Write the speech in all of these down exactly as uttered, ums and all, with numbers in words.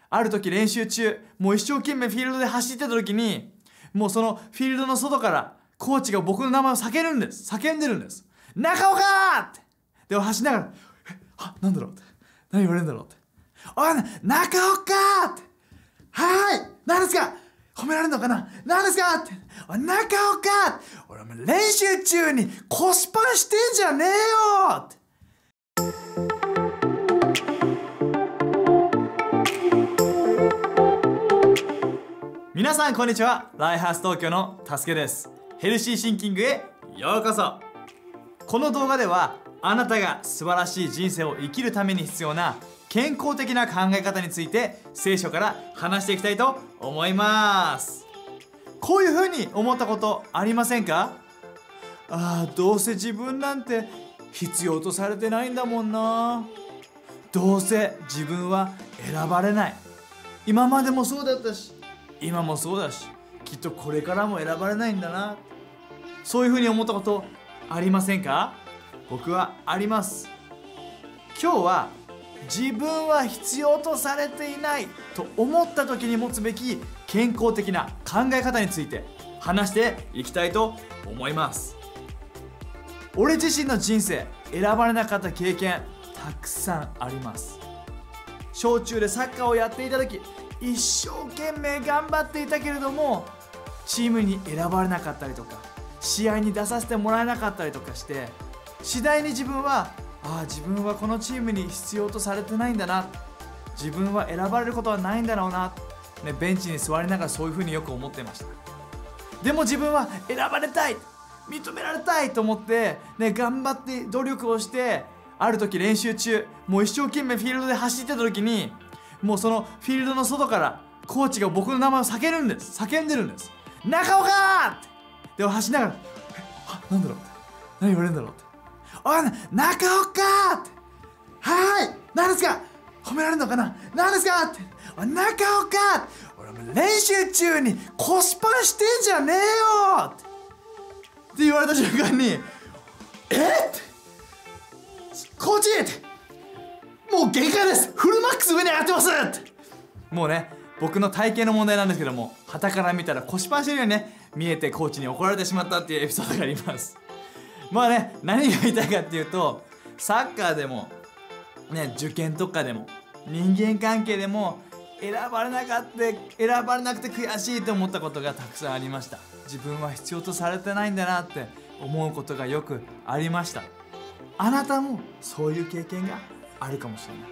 ある時練習中、もう一生懸命フィールドで走ってた時に、もうそのフィールドの外からコーチが僕の名前を叫るんです。叫んでるんです。中岡って。で、俺走りながら、え、あ、なんだろうって。何言われるんだろうって。おい、中岡って。はーい、何ですか、褒められるのかな、何ですかって。おい、中岡、俺も練習中に腰パンしてんじゃねえよって。皆さんこんにちは。ライハース東京のたすけです。ヘルシーシンキングへようこそ。この動画ではあなたが素晴らしい人生を生きるために必要な健康的な考え方について聖書から話していきたいと思います。こういうふうに思ったことありませんか？ああ、どうせ自分なんて必要とされてないんだもんな。どうせ自分は選ばれない。今までもそうだったし、今もそうだし、きっとこれからも選ばれないんだな。そういうふうに思ったことありませんか？僕はあります。今日は自分は必要とされていないと思った時に持つべき健康的な考え方について話していきたいと思います。俺自身の人生、選ばれなかった経験たくさんあります。小中でサッカーをやっていた時、一生懸命頑張っていたけれどもチームに選ばれなかったりとか、試合に出させてもらえなかったりとかして、次第に自分はああ自分はこのチームに必要とされてないんだな、自分は選ばれることはないんだろうな、ね、ベンチに座りながらそういうふうによく思ってました。でも自分は選ばれたい、認められたいと思って、ね、頑張って努力をして、ある時練習中、もう一生懸命フィールドで走ってた時に、もうそのフィールドの外からコーチが僕の名前を叫るんです。叫んでるんです。中岡って。で、俺走りながら、え、あ、なんだろうって。何言われるんだろうって。おい、中岡って。はーい、何ですか、褒められるのかな、何ですかって。おい、中岡、俺も練習中に腰パンしてんじゃねえよって。って言われた瞬間に、えって。コーチって。もう限界です、フルマックス上に上がってますって。もうね、僕の体型の問題なんですけども、傍から見たら腰パンしてるようにね見えて、コーチに怒られてしまったっていうエピソードがあります。まあね、何が言いたいかっていうと、サッカーでもね、受験とかでも人間関係でも選ばれなかった選ばれなくて悔しいと思ったことがたくさんありました。自分は必要とされてないんだなって思うことがよくありました。あなたもそういう経験があるかもしれない。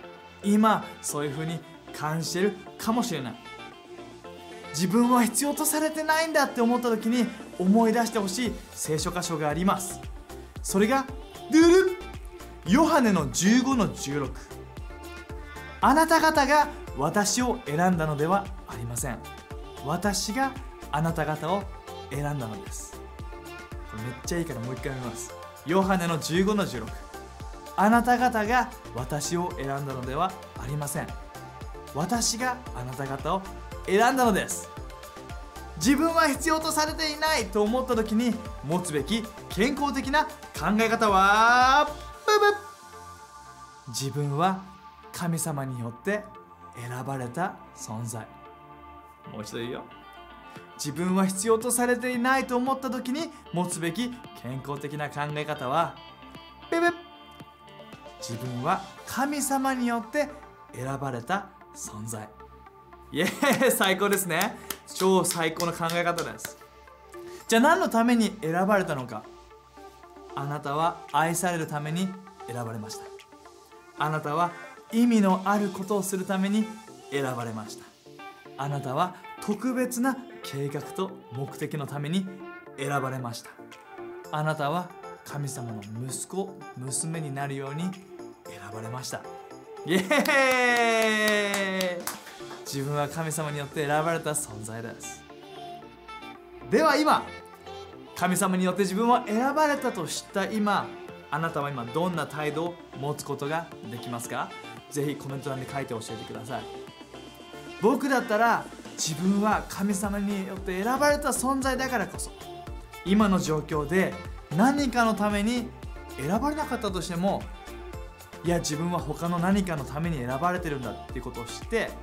今そういう風に感じてるかもしれない。自分は必要とされてないんだって思った時に思い出してほしい聖書箇所があります。それがドゥルッヨハネのじゅうごのじゅうろく。あなた方が私を選んだのではありません。私があなた方を選んだのです。これめっちゃいいからもう一回見ます。ヨハネのじゅうごのじゅうろく。あなた方が私を選んだのではありません。私があなた方を選んだのです。自分は必要とされていないと思った時に持つべき健康的な考え方は、ブブッ、自分は神様によって選ばれた存在。もう一度言うよ。自分は必要とされていないと思った時に持つべき健康的な考え方は、ブブッ、自分は神様によって選ばれた存在。イエーイ、最高ですね。超最高の考え方です。じゃあ何のために選ばれたのか。あなたは愛されるために選ばれました。あなたは意味のあることをするために選ばれました。あなたは特別な計画と目的のために選ばれました。あなたは神様の息子、娘になるように選ばれました。イエーイ、自分は神様によって選ばれた存在です。では今、神様によって自分は選ばれたと知った今、あなたは今どんな態度を持つことができますか？ぜひコメント欄で書いて教えてください。僕だったら、自分は神様によって選ばれた存在だからこそ、今の状況で何かのために選ばれなかったとしても、いや自分は他の何かのために選ばれてるんだっていうことを知って、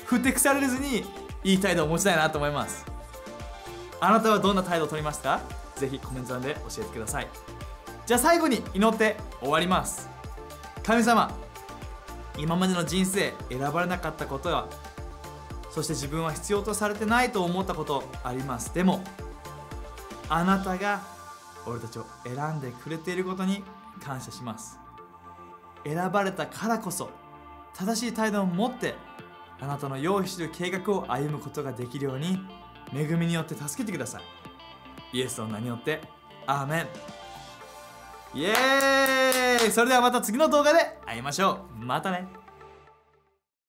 ふてくされずにいい態度を持ちたいなと思います。あなたはどんな態度を取りますか？ぜひコメント欄で教えてください。じゃあ最後に祈って終わります。神様、今までの人生選ばれなかったことや、そして自分は必要とされてないと思ったことあります。でもあなたが俺たちを選んでくれていることに感謝します。選ばれたからこそ正しい態度を持ってあなたの用意している計画を歩むことができるように恵みによって助けてください。イエスの名によってアーメン。イエーイ。それではまた次の動画で会いましょう。またね。